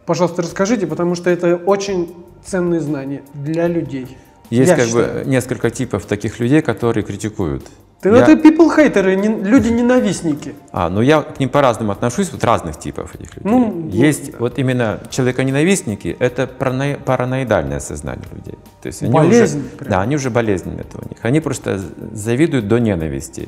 Пожалуйста, расскажите, потому что это очень ценные знания для людей. Есть как бы несколько типов таких людей, которые критикуют. Это people-хейтеры, люди-ненавистники. Ну я к ним по-разному отношусь, вот разных типов этих людей. Есть вот именно человеконенавистники, это параноидальное сознание людей. То есть они уже болезненно это у них. Они просто завидуют до ненависти,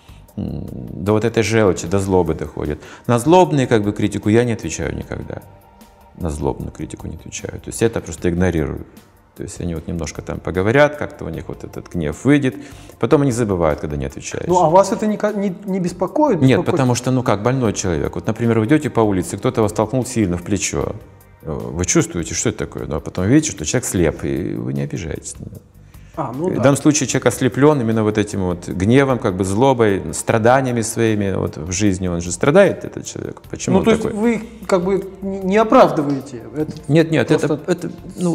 до вот этой желчи, до злобы доходят. На злобную как бы критику я не отвечаю никогда. На злобную критику не отвечаю. То есть это просто игнорирую. То есть они вот немножко там поговорят, как-то у них вот этот гнев выйдет, потом они забывают, когда не отвечаешь. А вас это не беспокоит? Нет, потому что, как больной человек. Вот, например, вы идете по улице, кто-то вас толкнул сильно в плечо. Вы чувствуете, что это такое, а потом видите, что человек слеп, и вы не обижаетесь. В данном случае человек ослеплен именно вот этим вот гневом, как бы злобой, страданиями своими вот в жизни. Он же страдает, этот человек. Почему то есть вы как бы не оправдываете? Нет, это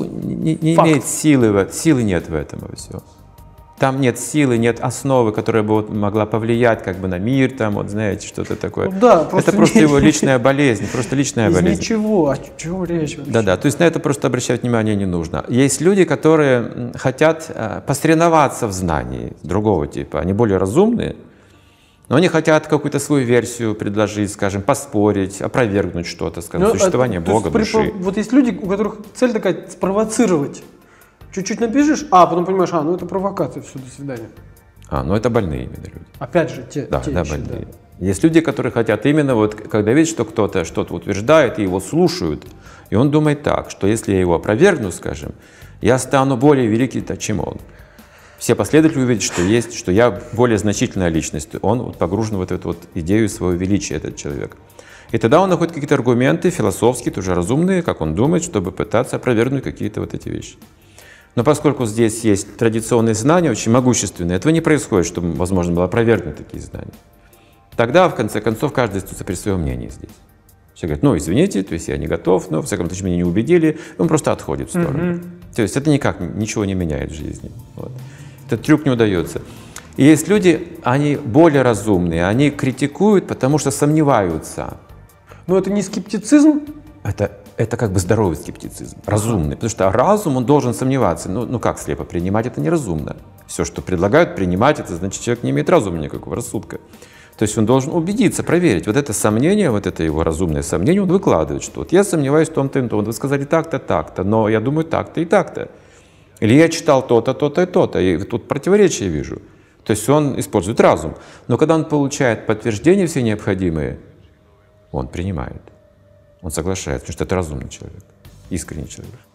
не имеет силы нет в этом во всем. Там нет силы, нет основы, которая бы вот могла повлиять как бы на мир, там вот знаете, что-то такое. Это просто его личная болезнь, просто личная болезнь. Ничего, о чем речь вообще? Да, то есть на это просто обращать внимание не нужно. Есть люди, которые хотят посоревноваться в знании другого типа, они более разумные, но они хотят какую-то свою версию предложить, скажем, поспорить, опровергнуть что-то, скажем, существование Бога, души. Вот есть люди, у которых цель такая спровоцировать. Чуть-чуть напишешь, потом понимаешь, это провокация, все, до свидания. Это больные именно люди. Опять же, те больные. Есть люди, которые хотят именно вот, когда видят, что кто-то что-то утверждает, и его слушают, и он думает так, что если я его опровергну, скажем, я стану более великий, чем он. Все последователи увидят, что я более значительная личность. Он вот погружен в эту вот идею своего величия, этот человек. И тогда он находит какие-то аргументы философские, тоже разумные, как он думает, чтобы пытаться опровергнуть какие-то вот эти вещи. Но поскольку здесь есть традиционные знания, очень могущественные, этого не происходит, чтобы возможно было опровергнуть такие знания. Тогда, в конце концов, каждый остается при своем мнении здесь. Все говорят, извините, то есть я не готов, но, в всяком случае, меня не убедили, он просто отходит в сторону. То есть это ничего не меняет в жизни. Вот. Этот трюк не удается. И есть люди, они более разумные, они критикуют, потому что сомневаются. Но это не скептицизм? Это как бы здоровый скептицизм, разумный. Потому что разум, он должен сомневаться. Как слепо принимать, это неразумно. Все, что предлагают принимать, это значит, человек не имеет разума никакого, рассудка. То есть он должен убедиться, проверить. Вот это сомнение, вот это его разумное сомнение, он выкладывает, что вот я сомневаюсь в том-то и том. Вы сказали так-то, так-то, но я думаю так-то и так-то. Или я читал то-то, то-то и то-то, и тут противоречия вижу. То есть он использует разум. Но когда он получает подтверждения все необходимые, он принимает. Он соглашается, потому что это разумный человек, искренний человек.